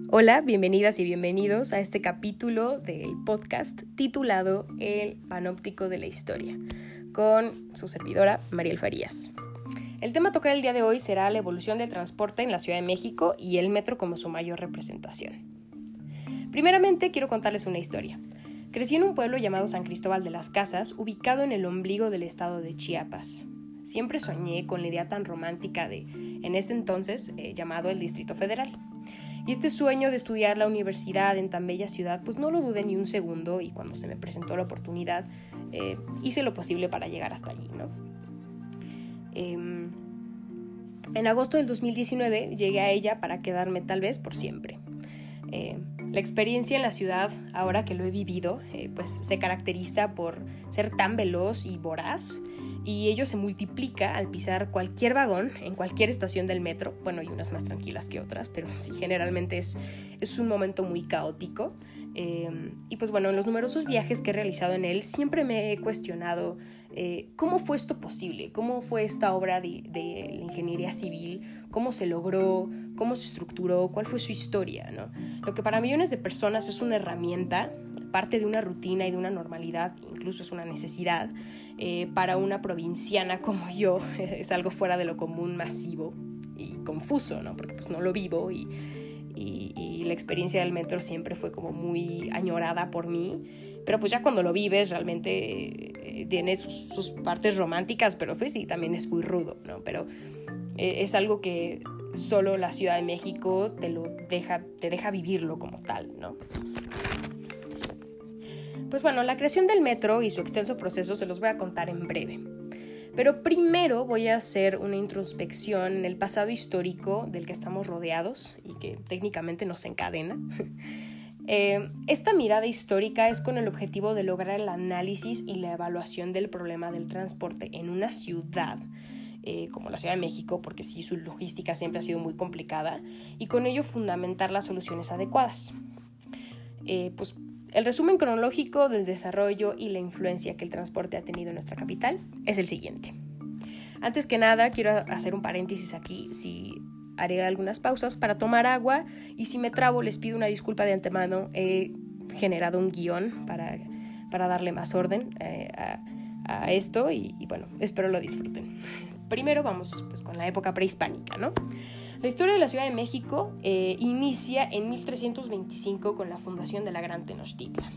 Hola, bienvenidas y bienvenidos a este capítulo del podcast titulado El Panóptico de la Historia, con su servidora Mariel Farías. El tema a tocar el día de hoy será la evolución del transporte en la Ciudad de México y el metro como su mayor representación. Primeramente, quiero contarles una historia. Crecí en un pueblo llamado San Cristóbal de las Casas, ubicado en el ombligo del estado de Chiapas. Siempre soñé con la idea tan romántica de, en ese entonces, llamado el Distrito Federal. Y este sueño de estudiar la universidad en tan bella ciudad, pues no lo dudé ni un segundo, y cuando se me presentó la oportunidad, hice lo posible para llegar hasta allí, ¿no? En agosto del 2019 llegué a ella para quedarme tal vez por siempre. La experiencia en la ciudad, ahora que lo he vivido, pues se caracteriza por ser tan veloz y voraz, y ello se multiplica al pisar cualquier vagón en cualquier estación del metro. Bueno, hay unas más tranquilas que otras, pero sí, generalmente es un momento muy caótico. Y pues bueno, en los numerosos viajes que he realizado en él, siempre me he cuestionado cómo fue esto posible, cómo fue esta obra de la ingeniería civil, cómo se logró, cómo se estructuró, cuál fue su historia, ¿no? Lo que para millones de personas es una herramienta, parte de una rutina y de una normalidad, incluso es una necesidad, para una provinciana como yo es algo fuera de lo común, masivo y confuso, ¿no? Porque pues no lo vivo y la experiencia del metro siempre fue como muy añorada por mí, pero pues ya cuando lo vives realmente tiene sus partes románticas, pero pues sí, también es muy rudo, ¿no? Pero es algo que solo la Ciudad de México te deja vivirlo como tal, ¿no? Pues bueno, la creación del metro y su extenso proceso se los voy a contar en breve. Pero primero voy a hacer una introspección en el pasado histórico del que estamos rodeados y que técnicamente nos encadena. Esta mirada histórica es con el objetivo de lograr el análisis y la evaluación del problema del transporte en una ciudad como la Ciudad de México, porque sí, su logística siempre ha sido muy complicada, y con ello fundamentar las soluciones adecuadas. Pues el resumen cronológico del desarrollo y la influencia que el transporte ha tenido en nuestra capital es el siguiente. Antes que nada, quiero hacer un paréntesis aquí. Haré algunas pausas para tomar agua, y si me trabo les pido una disculpa de antemano. He generado un guión para darle más orden a esto y bueno, espero lo disfruten. Primero vamos pues, con la época prehispánica, ¿no? La historia de la Ciudad de México inicia en 1325 con la fundación de la Gran Tenochtitlan.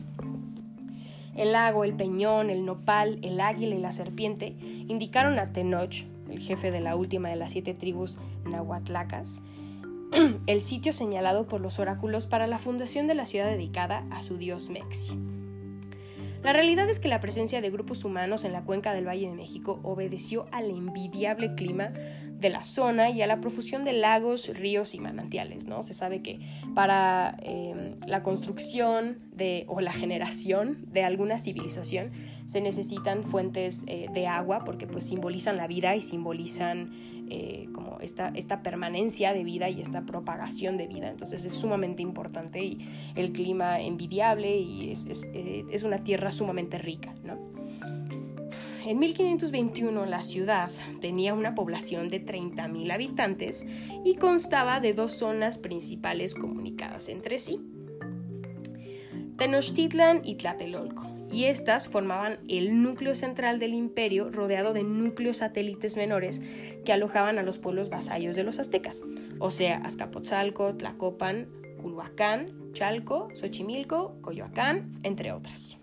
El lago, el peñón, el nopal, el águila y la serpiente indicaron a Tenoch, el jefe de la última de las 7 tribus nahuatlacas, el sitio señalado por los oráculos para la fundación de la ciudad dedicada a su dios Mexi. La realidad es que la presencia de grupos humanos en la cuenca del Valle de México obedeció al envidiable clima de la zona y a la profusión de lagos, ríos y manantiales, ¿no? Se sabe que para la construcción o la generación de alguna civilización se necesitan fuentes de agua, porque pues simbolizan la vida y simbolizan como esta permanencia de vida y esta propagación de vida. Entonces es sumamente importante, y el clima envidiable, y es una tierra sumamente rica, ¿no? En 1521 la ciudad tenía una población de 30,000 habitantes y constaba de 2 zonas principales comunicadas entre sí: Tenochtitlan y Tlatelolco, y estas formaban el núcleo central del imperio, rodeado de núcleos satélites menores que alojaban a los pueblos vasallos de los aztecas, o sea, Azcapotzalco, Tlacopan, Culhuacán, Chalco, Xochimilco, Coyoacán, entre otras.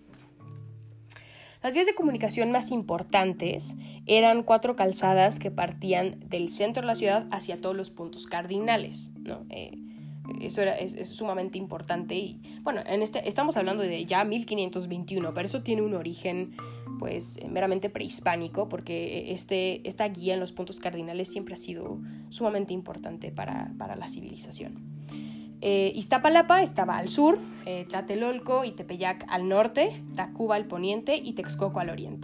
Las vías de comunicación más importantes eran 4 calzadas que partían del centro de la ciudad hacia todos los puntos cardinales, ¿no? Eso es sumamente importante, y bueno, estamos hablando de ya 1521, pero eso tiene un origen pues meramente prehispánico, porque esta guía en los puntos cardinales siempre ha sido sumamente importante para la civilización. Iztapalapa estaba al sur, Tlatelolco y Tepeyac al norte, Tacuba al poniente y Texcoco al oriente.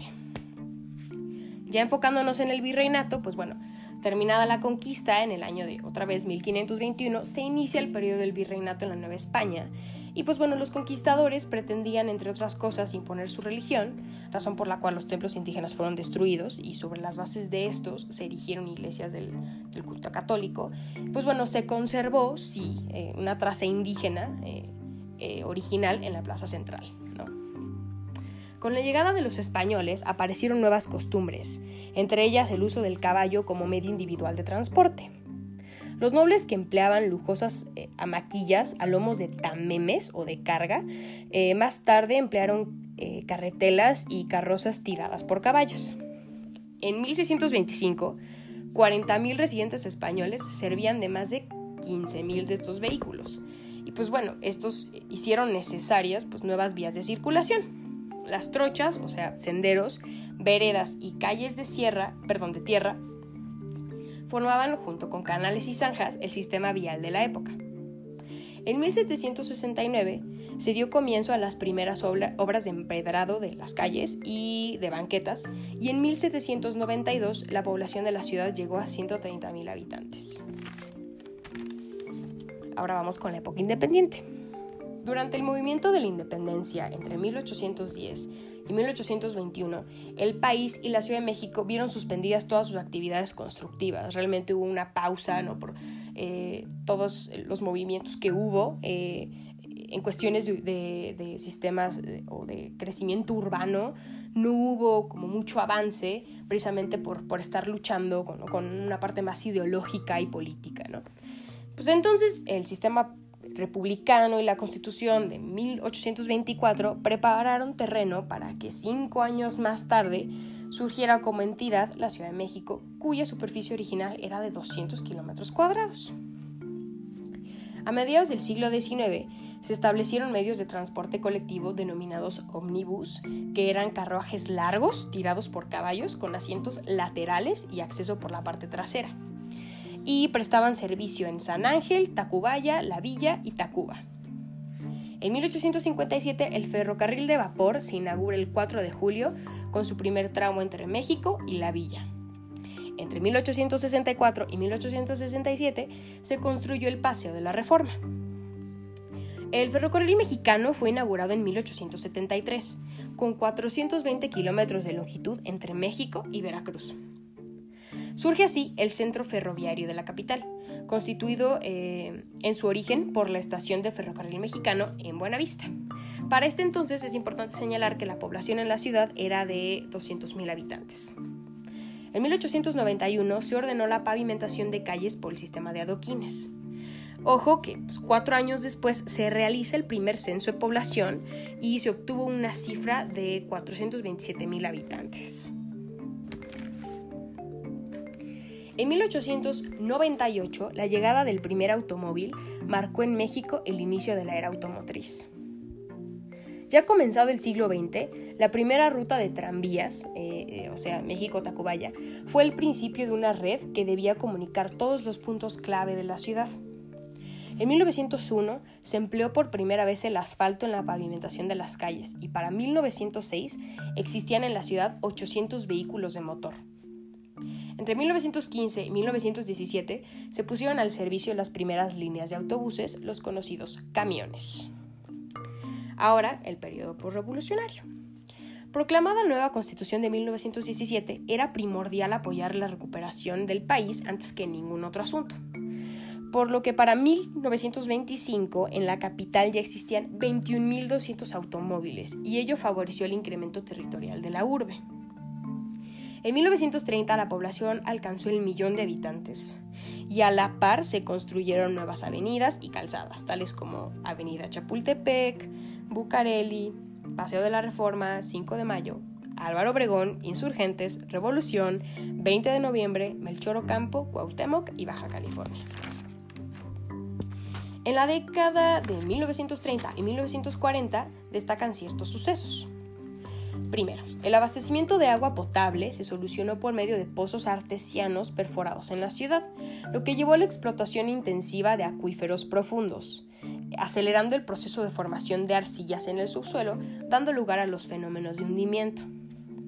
Ya enfocándonos en el virreinato, pues bueno, terminada la conquista en el año de, otra vez, 1521, se inicia el periodo del virreinato en la Nueva España, Y pues bueno, los conquistadores pretendían, entre otras cosas, imponer su religión, razón por la cual los templos indígenas fueron destruidos y sobre las bases de estos se erigieron iglesias del culto católico. Pues bueno, se conservó, sí, una traza indígena original en la plaza central, ¿no? Con la llegada de los españoles aparecieron nuevas costumbres, entre ellas el uso del caballo como medio individual de transporte. Los nobles que empleaban lujosas hamaquillas a lomos de tamemes o de carga, más tarde emplearon carretelas y carrozas tiradas por caballos. En 1625, 40,000 residentes españoles servían de más de 15,000 de estos vehículos. Y pues bueno, estos hicieron necesarias pues, nuevas vías de circulación. Las trochas, o sea, senderos, veredas y calles de tierra, formaban, junto con canales y zanjas, el sistema vial de la época. En 1769 se dio comienzo a las primeras obras de empedrado de las calles y de banquetas, y en 1792 la población de la ciudad llegó a 130,000 habitantes. Ahora vamos con la época independiente. Durante el movimiento de la independencia entre 1810 y 1821, el país y la Ciudad de México vieron suspendidas todas sus actividades constructivas. Realmente hubo una pausa, ¿no? Por todos los movimientos que hubo en cuestiones de sistemas o de crecimiento urbano. No hubo como mucho avance precisamente por estar luchando con una parte más ideológica y política, ¿no? Pues entonces el sistema republicano y la Constitución de 1824 prepararon terreno para que 5 años más tarde surgiera como entidad la Ciudad de México, cuya superficie original era de 200 kilómetros cuadrados. A mediados del siglo XIX se establecieron medios de transporte colectivo denominados ómnibus, que eran carruajes largos tirados por caballos con asientos laterales y acceso por la parte trasera, y prestaban servicio en San Ángel, Tacubaya, La Villa y Tacuba. En 1857 el ferrocarril de vapor se inaugura el 4 de julio con su primer tramo entre México y La Villa. Entre 1864 y 1867 se construyó el Paseo de la Reforma. El ferrocarril mexicano fue inaugurado en 1873, con 420 kilómetros de longitud entre México y Veracruz. Surge así el centro ferroviario de la capital, constituido en su origen por la estación de ferrocarril mexicano en Buenavista. Para este entonces es importante señalar que la población en la ciudad era de 200,000 habitantes. En 1891 se ordenó la pavimentación de calles por el sistema de adoquines. Ojo que 4 años después se realiza el primer censo de población y se obtuvo una cifra de 427,000 habitantes. En 1898, la llegada del primer automóvil marcó en México el inicio de la era automotriz. Ya comenzado el siglo XX, la primera ruta de tranvías, o sea, México-Tacubaya, fue el principio de una red que debía comunicar todos los puntos clave de la ciudad. En 1901 se empleó por primera vez el asfalto en la pavimentación de las calles y para 1906 existían en la ciudad 800 vehículos de motor. Entre 1915 y 1917 se pusieron al servicio las primeras líneas de autobuses, los conocidos camiones. Ahora, el periodo posrevolucionario. Proclamada la nueva Constitución de 1917, era primordial apoyar la recuperación del país antes que ningún otro asunto. Por lo que para 1925 en la capital ya existían 21,200 automóviles y ello favoreció el incremento territorial de la urbe. En 1930 la población alcanzó el 1,000,000 de habitantes y a la par se construyeron nuevas avenidas y calzadas, tales como Avenida Chapultepec, Bucareli, Paseo de la Reforma, 5 de Mayo, Álvaro Obregón, Insurgentes, Revolución, 20 de Noviembre, Melchor Ocampo, Cuauhtémoc y Baja California. En la década de 1930 y 1940 destacan ciertos sucesos. Primero, el abastecimiento de agua potable se solucionó por medio de pozos artesianos perforados en la ciudad, lo que llevó a la explotación intensiva de acuíferos profundos, acelerando el proceso de formación de arcillas en el subsuelo, dando lugar a los fenómenos de hundimiento.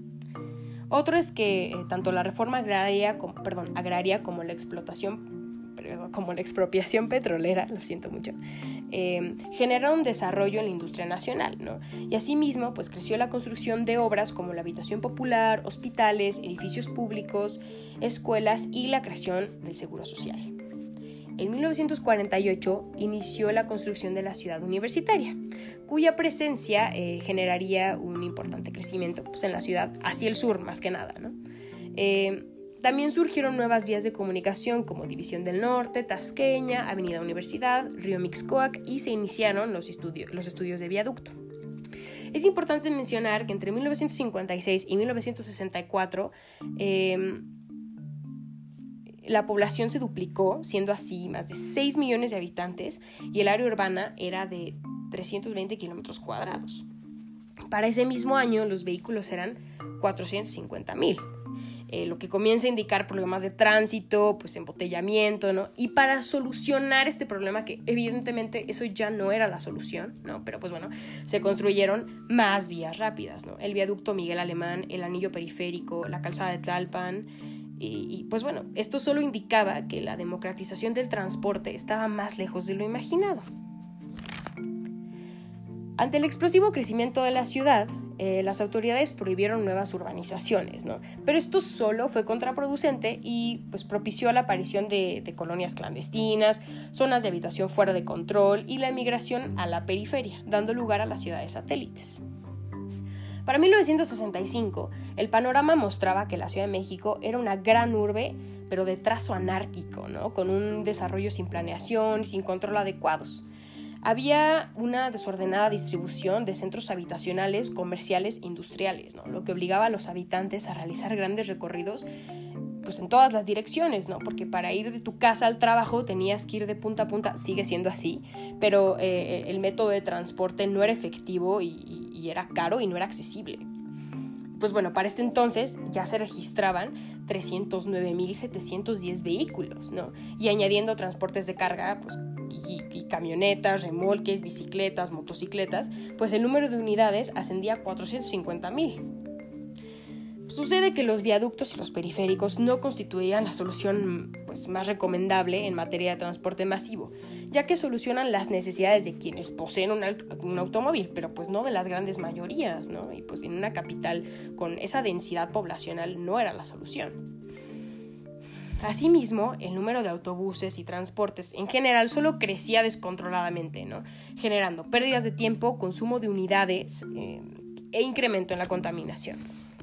Otro es que tanto la reforma agraria como la explotación como la expropiación petrolera, lo siento mucho, generaron desarrollo en la industria nacional, ¿no? Y asimismo, pues creció la construcción de obras como la habitación popular, hospitales, edificios públicos, escuelas y la creación del Seguro Social. En 1948 inició la construcción de la ciudad universitaria, cuya presencia generaría un importante crecimiento pues, en la ciudad, hacia el sur más que nada, ¿no? También surgieron nuevas vías de comunicación como División del Norte, Tasqueña, Avenida Universidad, Río Mixcoac y se iniciaron los estudios de viaducto. Es importante mencionar que entre 1956 y 1964 la población se duplicó, siendo así más de 6 millones de habitantes y el área urbana era de 320 kilómetros cuadrados. Para ese mismo año los vehículos eran 450,000. Lo que comienza a indicar problemas de tránsito, pues embotellamiento, ¿no? Y para solucionar este problema, que evidentemente eso ya no era la solución, ¿no? Pero pues bueno, se construyeron más vías rápidas, ¿no? El viaducto Miguel Alemán, el anillo periférico, la calzada de Tlalpan, y pues bueno, esto solo indicaba que la democratización del transporte estaba más lejos de lo imaginado. Ante el explosivo crecimiento de la ciudad, las autoridades prohibieron nuevas urbanizaciones, ¿no? Pero esto solo fue contraproducente y pues, propició la aparición de colonias clandestinas, zonas de habitación fuera de control y la emigración a la periferia, dando lugar a las ciudades satélites. Para 1965, el panorama mostraba que la Ciudad de México era una gran urbe, pero de trazo anárquico, ¿no? Con un desarrollo sin planeación, sin control adecuados. Había una desordenada distribución de centros habitacionales, comerciales e industriales, ¿no? Lo que obligaba a los habitantes a realizar grandes recorridos pues, en todas las direcciones, ¿no? Porque para ir de tu casa al trabajo tenías que ir de punta a punta, sigue siendo así, pero el método de transporte no era efectivo y era caro y no era accesible. Pues bueno, para este entonces ya se registraban 309,710 vehículos, ¿no? Y añadiendo transportes de carga, pues y camionetas, remolques, bicicletas, motocicletas, pues el número de unidades ascendía a 450,000. Sucede que los viaductos y los periféricos no constituían la solución pues, más recomendable en materia de transporte masivo, ya que solucionan las necesidades de quienes poseen un automóvil, pero pues no de las grandes mayorías, ¿no? Y pues en una capital con esa densidad poblacional no era la solución. Asimismo, el número de autobuses y transportes en general solo crecía descontroladamente, ¿no? Generando pérdidas de tiempo, consumo de unidades e incremento en la contaminación.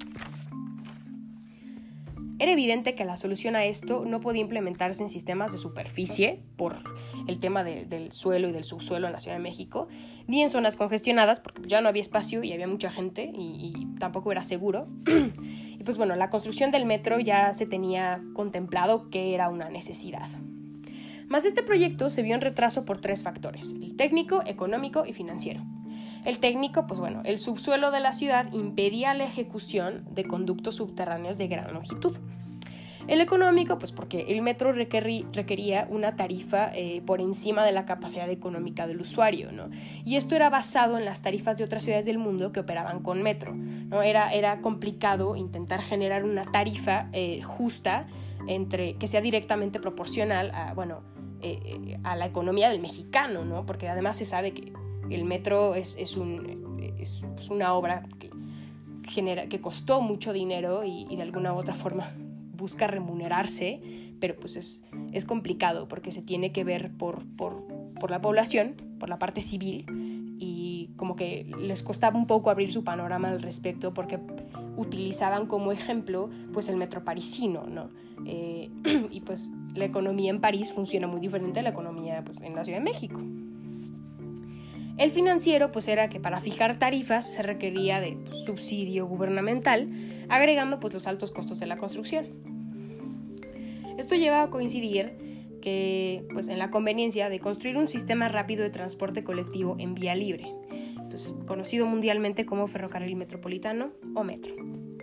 Era evidente que la solución a esto no podía implementarse en sistemas de superficie por el tema del suelo y del subsuelo en la Ciudad de México, ni en zonas congestionadas porque ya no había espacio y había mucha gente y tampoco era seguro. Y pues bueno, la construcción del metro ya se tenía contemplado que era una necesidad. Mas este proyecto se vio en retraso por 3 factores: el técnico, económico y financiero. El técnico, pues bueno, el subsuelo de la ciudad impedía la ejecución de conductos subterráneos de gran longitud. El económico, pues porque el metro requería una tarifa por encima de la capacidad económica del usuario, ¿no? Y esto era basado en las tarifas de otras ciudades del mundo que operaban con metro, ¿no? Era complicado intentar generar una tarifa justa que sea directamente proporcional a la economía del mexicano, ¿no? Porque además se sabe que el metro es una obra que costó mucho dinero y de alguna u otra forma busca remunerarse, pero pues es complicado porque se tiene que ver por la población, por la parte civil, y como que les costaba un poco abrir su panorama al respecto porque utilizaban como ejemplo pues el metro parisino, ¿no? Y pues la economía en París funciona muy diferente a la economía pues, en la Ciudad de México. El financiero pues era que para fijar tarifas se requería de subsidio gubernamental, agregando pues los altos costos de la construcción. Esto lleva a coincidir que pues en la conveniencia de construir un sistema rápido de transporte colectivo en vía libre, pues, conocido mundialmente como ferrocarril metropolitano o metro.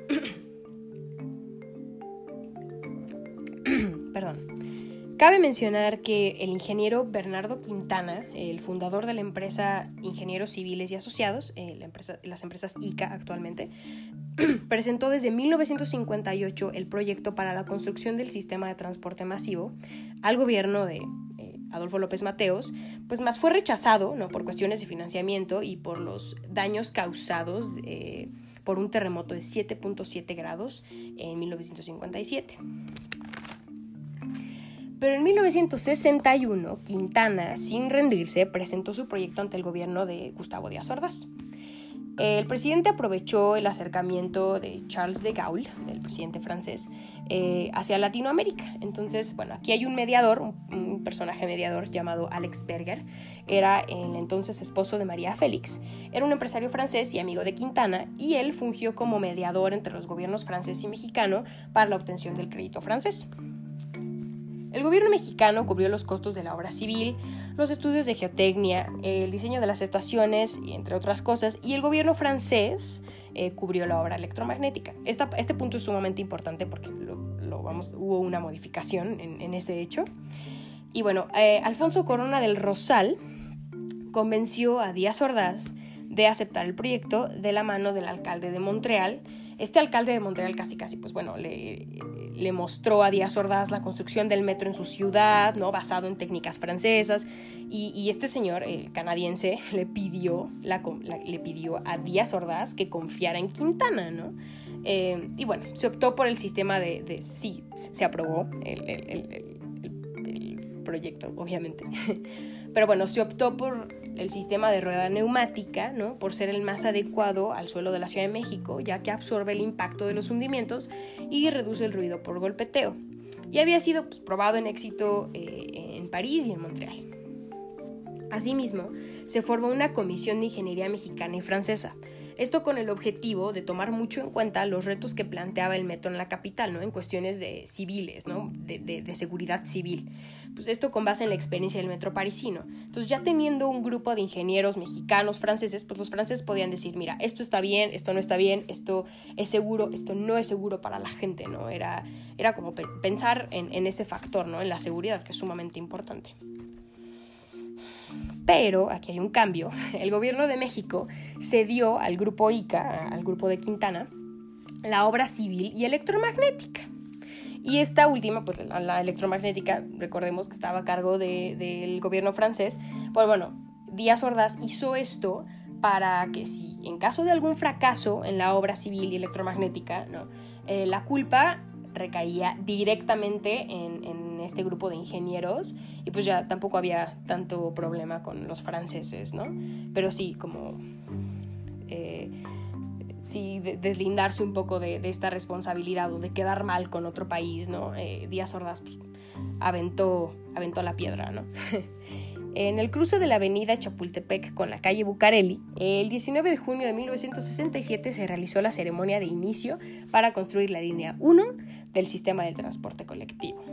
Perdón. Cabe mencionar que el ingeniero Bernardo Quintana, el fundador de la empresa Ingenieros Civiles y Asociados, las empresas ICA actualmente, presentó desde 1958 el proyecto para la construcción del sistema de transporte masivo al gobierno de Adolfo López Mateos, pues más fue rechazado, ¿no?, por cuestiones de financiamiento y por los daños causados por un terremoto de 7.7 grados en 1957. Pero en 1961, Quintana, sin rendirse, presentó su proyecto ante el gobierno de Gustavo Díaz Ordaz. El presidente aprovechó el acercamiento de Charles de Gaulle, del presidente francés, hacia Latinoamérica. Entonces, bueno, aquí hay un mediador, un personaje mediador llamado Alex Berger. Era el entonces esposo de María Félix. Era un empresario francés y amigo de Quintana, y él fungió como mediador entre los gobiernos francés y mexicano para la obtención del crédito francés. El gobierno mexicano cubrió los costos de la obra civil, los estudios de geotecnia, el diseño de las estaciones, y entre otras cosas, y el gobierno francés cubrió la obra electromagnética. Este punto es sumamente importante porque hubo una modificación en ese hecho. Y bueno, Alfonso Corona del Rosal convenció a Díaz Ordaz de aceptar el proyecto de la mano del alcalde de Montreal. Este alcalde de Montreal casi, pues bueno, le mostró a Díaz Ordaz la construcción del metro en su ciudad, ¿no?, basado en técnicas francesas, y este señor, el canadiense, le pidió a Díaz Ordaz que confiara en Quintana, ¿no? Y bueno, se optó por el sistema sí, se aprobó el proyecto, obviamente. Pero bueno, se optó por el sistema de rueda neumática, ¿no?, por ser el más adecuado al suelo de la Ciudad de México, ya que absorbe el impacto de los hundimientos y reduce el ruido por golpeteo. Y había sido probado en éxito en París y en Montreal. Asimismo, se formó una comisión de ingeniería mexicana y francesa. Esto con el objetivo de tomar mucho en cuenta los retos que planteaba el metro en la capital, ¿no?, en cuestiones de civiles, ¿no?, de seguridad civil. Pues esto con base en la experiencia del metro parisino. Entonces, ya teniendo un grupo de ingenieros mexicanos, franceses, pues los franceses podían decir, mira, esto está bien, esto no está bien, esto es seguro, esto no es seguro para la gente, ¿no? Era como pensar en ese factor, ¿no?, en la seguridad, que es sumamente importante. Pero aquí hay un cambio. El gobierno de México cedió al grupo ICA, al grupo de Quintana, la obra civil y electromagnética. Y esta última, pues la electromagnética, recordemos que estaba a cargo del gobierno francés. Pues bueno, Díaz Ordaz hizo esto para que si en caso de algún fracaso en la obra civil y electromagnética, ¿no?, la culpa recaía directamente en este grupo de ingenieros, y pues ya tampoco había tanto problema con los franceses, ¿no? Pero sí, como deslindarse un poco de esta responsabilidad o de quedar mal con otro país, ¿no? Díaz Ordaz pues, aventó la piedra, ¿no? En el cruce de la avenida Chapultepec con la calle Bucareli, el 19 de junio de 1967 se realizó la ceremonia de inicio para construir la línea 1 del sistema de transporte colectivo.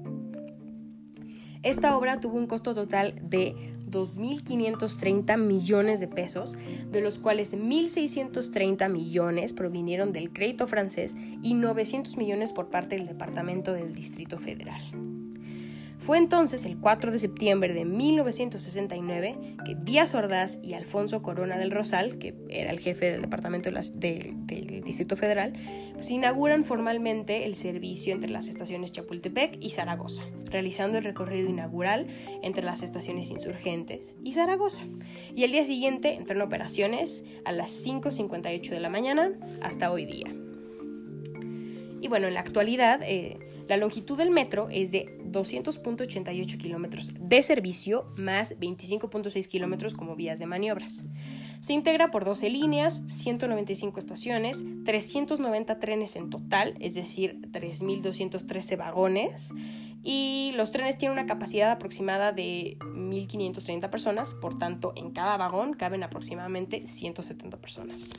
Esta obra tuvo un costo total de 2.530 millones de pesos, de los cuales 1.630 millones provinieron del crédito francés y 900 millones por parte del Departamento del Distrito Federal. Fue entonces el 4 de septiembre de 1969 que Díaz Ordaz y Alfonso Corona del Rosal, que era el jefe del Departamento del Distrito Federal, pues inauguran formalmente el servicio entre las estaciones Chapultepec y Zaragoza, realizando el recorrido inaugural entre las estaciones Insurgentes y Zaragoza. Y el día siguiente entró en operaciones a las 5:58 de la mañana hasta hoy día. Y bueno, en la actualidad, la longitud del metro es de 200.88 kilómetros de servicio más 25.6 kilómetros como vías de maniobras. Se integra por 12 líneas, 195 estaciones, 390 trenes en total, es decir, 3.213 vagones, y los trenes tienen una capacidad aproximada de 1.530 personas, por tanto, en cada vagón caben aproximadamente 170 personas.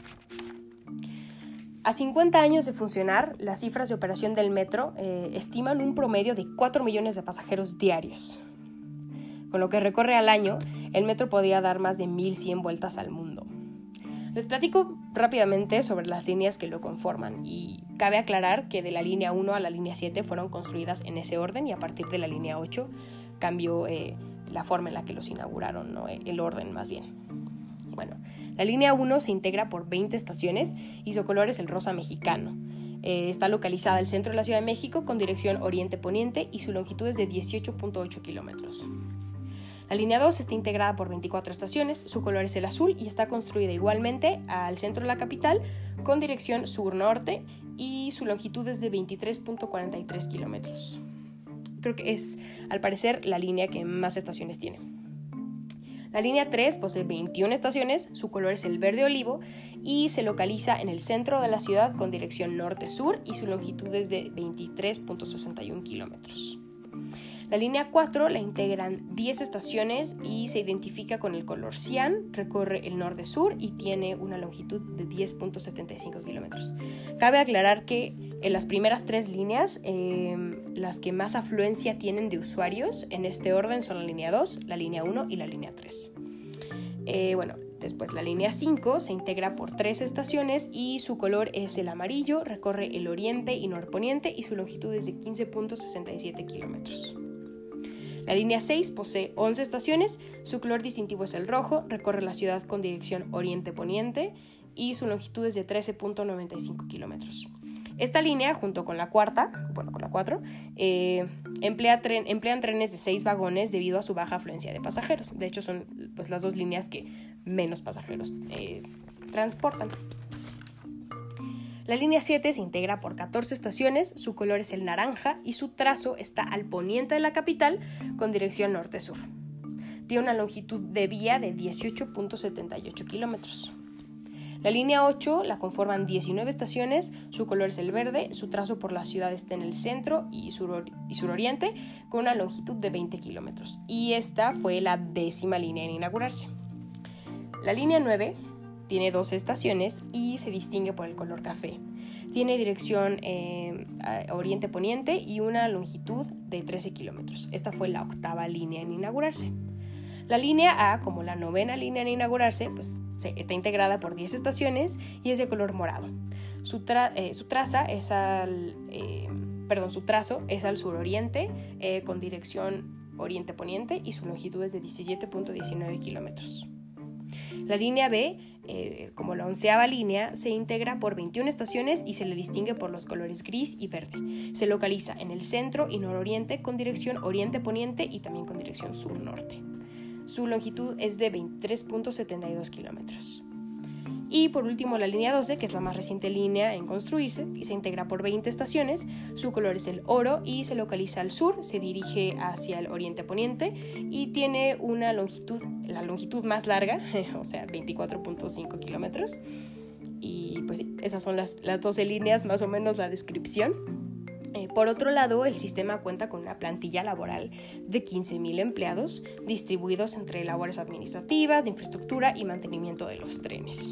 A 50 años de funcionar, las cifras de operación del metro estiman un promedio de 4 millones de pasajeros diarios. Con lo que recorre al año, el metro podría dar más de 1.100 vueltas al mundo. Les platico rápidamente sobre las líneas que lo conforman, y cabe aclarar que de la línea 1 a la línea 7 fueron construidas en ese orden, y a partir de la línea 8 cambió la forma en la que los inauguraron, ¿no?, el orden más bien. Bueno, la línea 1 se integra por 20 estaciones y su color es el rosa mexicano. Está localizada al centro de la Ciudad de México con dirección oriente-poniente y su longitud es de 18.8 kilómetros. La línea 2 está integrada por 24 estaciones, su color es el azul y está construida igualmente al centro de la capital con dirección sur-norte y su longitud es de 23.43 kilómetros. Creo que es, al parecer, la línea que más estaciones tiene. La línea 3 posee 21 estaciones, su color es el verde olivo y se localiza en el centro de la ciudad con dirección norte-sur y su longitud es de 23.61 kilómetros. La línea 4 la integran 10 estaciones y se identifica con el color cian, recorre el norte-sur y tiene una longitud de 10.75 kilómetros. Cabe aclarar que en las primeras 3 líneas, las que más afluencia tienen de usuarios en este orden son la línea 2, la línea 1 y la línea 3. Después la línea 5 se integra por 3 estaciones y su color es el amarillo, recorre el oriente y norponiente y su longitud es de 15.67 kilómetros. La línea 6 posee 11 estaciones, su color distintivo es el rojo, recorre la ciudad con dirección oriente-poniente y su longitud es de 13.95 kilómetros. Esta línea, junto con la 4, emplean trenes de 6 vagones debido a su baja afluencia de pasajeros. De hecho, son las 2 líneas que menos pasajeros transportan. La línea 7 se integra por 14 estaciones, su color es el naranja y su trazo está al poniente de la capital con dirección norte-sur. Tiene una longitud de vía de 18.78 kilómetros. La línea 8 la conforman 19 estaciones, su color es el verde, su trazo por la ciudad está en el centro y suroriente con una longitud de 20 kilómetros. Y esta fue la 10ª línea en inaugurarse. La línea 9 tiene 12 estaciones y se distingue por el color café. Tiene dirección oriente-poniente y una longitud de 13 kilómetros. Esta fue la 8ª línea en inaugurarse. La línea A, como la 9ª línea en inaugurarse, está integrada por 10 estaciones y es de color morado. Su trazo es al suroriente con dirección oriente-poniente y su longitud es de 17.19 kilómetros. La línea B, como la 11ª línea, se integra por 21 estaciones y se le distingue por los colores gris y verde. Se localiza en el centro y nororiente con dirección oriente-poniente y también con dirección sur-norte. Su longitud es de 23.72 kilómetros. Y por último la línea 12, que es la más reciente línea en construirse y se integra por 20 estaciones. Su color es el oro y se localiza al sur, se dirige hacia el oriente-poniente y tiene la longitud más larga, o sea 24.5 kilómetros. Y pues sí, esas son las 12 líneas, más o menos la descripción. Por otro lado, el sistema cuenta con una plantilla laboral de 15,000 empleados distribuidos entre labores administrativas, de infraestructura y mantenimiento de los trenes.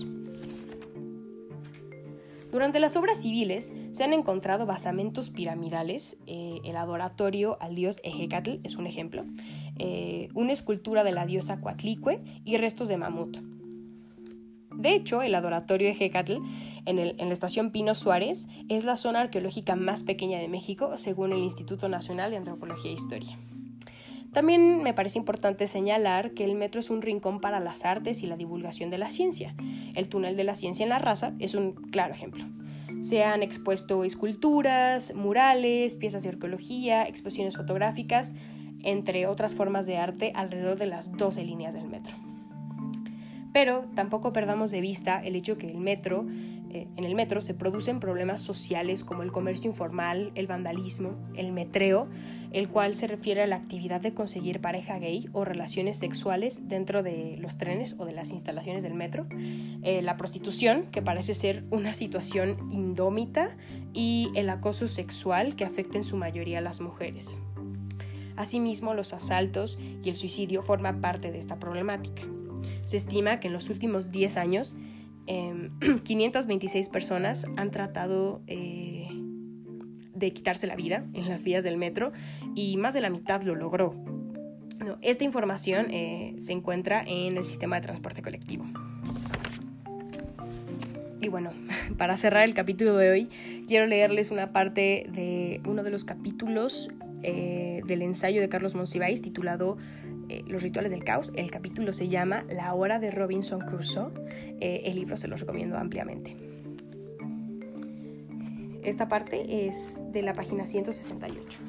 Durante las obras civiles se han encontrado basamentos piramidales, el adoratorio al dios Ejecatl es un ejemplo, una escultura de la diosa Coatlicue y restos de mamut. De hecho, el adoratorio Ejecatl en la estación Pino Suárez es la zona arqueológica más pequeña de México, según el Instituto Nacional de Antropología e Historia. También me parece importante señalar que el metro es un rincón para las artes y la divulgación de la ciencia. El túnel de la ciencia en la raza es un claro ejemplo. Se han expuesto esculturas, murales, piezas de arqueología, exposiciones fotográficas, entre otras formas de arte alrededor de las 12 líneas del metro. Pero tampoco perdamos de vista el hecho que en el metro se producen problemas sociales como el comercio informal, el vandalismo, el metreo, el cual se refiere a la actividad de conseguir pareja gay o relaciones sexuales dentro de los trenes o de las instalaciones del metro, la prostitución, que parece ser una situación indómita, y el acoso sexual, que afecta en su mayoría a las mujeres. Asimismo, los asaltos y el suicidio forman parte de esta problemática. Se estima que en los últimos 10 años 526 personas han tratado de quitarse la vida en las vías del metro y más de la mitad lo logró. Esta información se encuentra en el sistema de transporte colectivo. Y bueno, para cerrar el capítulo de hoy, quiero leerles una parte de uno de los capítulos del ensayo de Carlos Monsiváis titulado Los rituales del caos. El capítulo se llama La hora de Robinson Crusoe. El libro se los recomiendo ampliamente. Esta parte es de la página 168.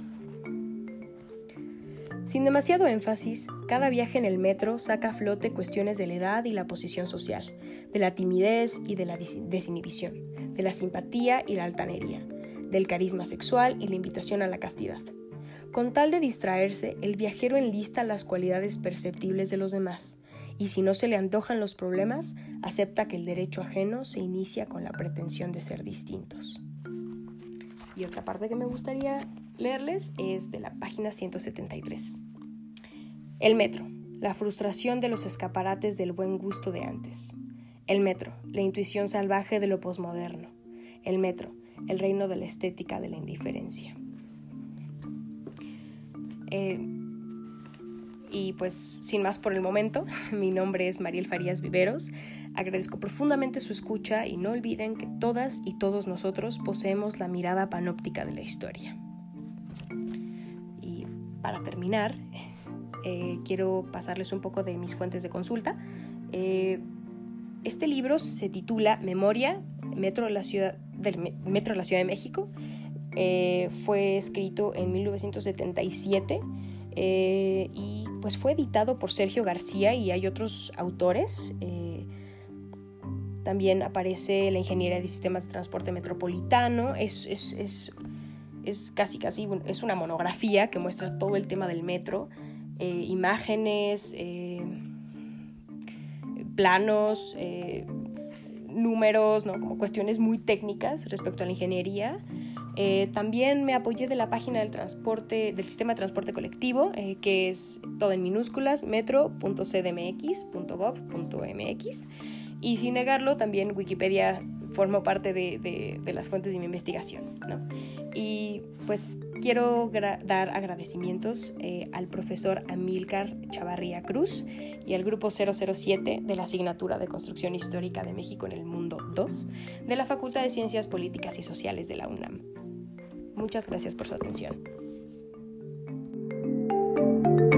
Sin demasiado énfasis, cada viaje en el metro saca a flote cuestiones de la edad y la posición social, de la timidez y de la desinhibición, de la simpatía y la altanería, del carisma sexual y la invitación a la castidad. Con tal de distraerse, el viajero enlista las cualidades perceptibles de los demás, y si no se le antojan los problemas, acepta que el derecho ajeno se inicia con la pretensión de ser distintos. Y otra parte que me gustaría leerles es de la página 173. El metro, la frustración de los escaparates del buen gusto de antes. El metro, la intuición salvaje de lo posmoderno. El metro, el reino de la estética de la indiferencia. Y pues sin más por el momento, mi nombre es Mariel Farías Viveros. Agradezco profundamente su escucha y no olviden que todas y todos nosotros poseemos la mirada panóptica de la historia. Y para terminar, quiero pasarles un poco de mis fuentes de consulta. Este libro se titula Memoria, Metro de la Ciudad de México. Fue escrito en 1977 y pues fue editado por Sergio García y hay otros autores. También aparece la Ingeniería de Sistemas de Transporte Metropolitano. Es casi es una monografía que muestra todo el tema del metro, imágenes, planos, números, ¿no? Como cuestiones muy técnicas respecto a la ingeniería. También me apoyé de la página del sistema de transporte colectivo, que es todo en minúsculas, metro.cdmx.gov.mx. Y sin negarlo, también Wikipedia formó parte de las fuentes de mi investigación, ¿no? Y pues quiero dar agradecimientos al profesor Amílcar Chavarría Cruz y al grupo 007 de la asignatura de Construcción Histórica de México en el Mundo II de la Facultad de Ciencias Políticas y Sociales de la UNAM. Muchas gracias por su atención.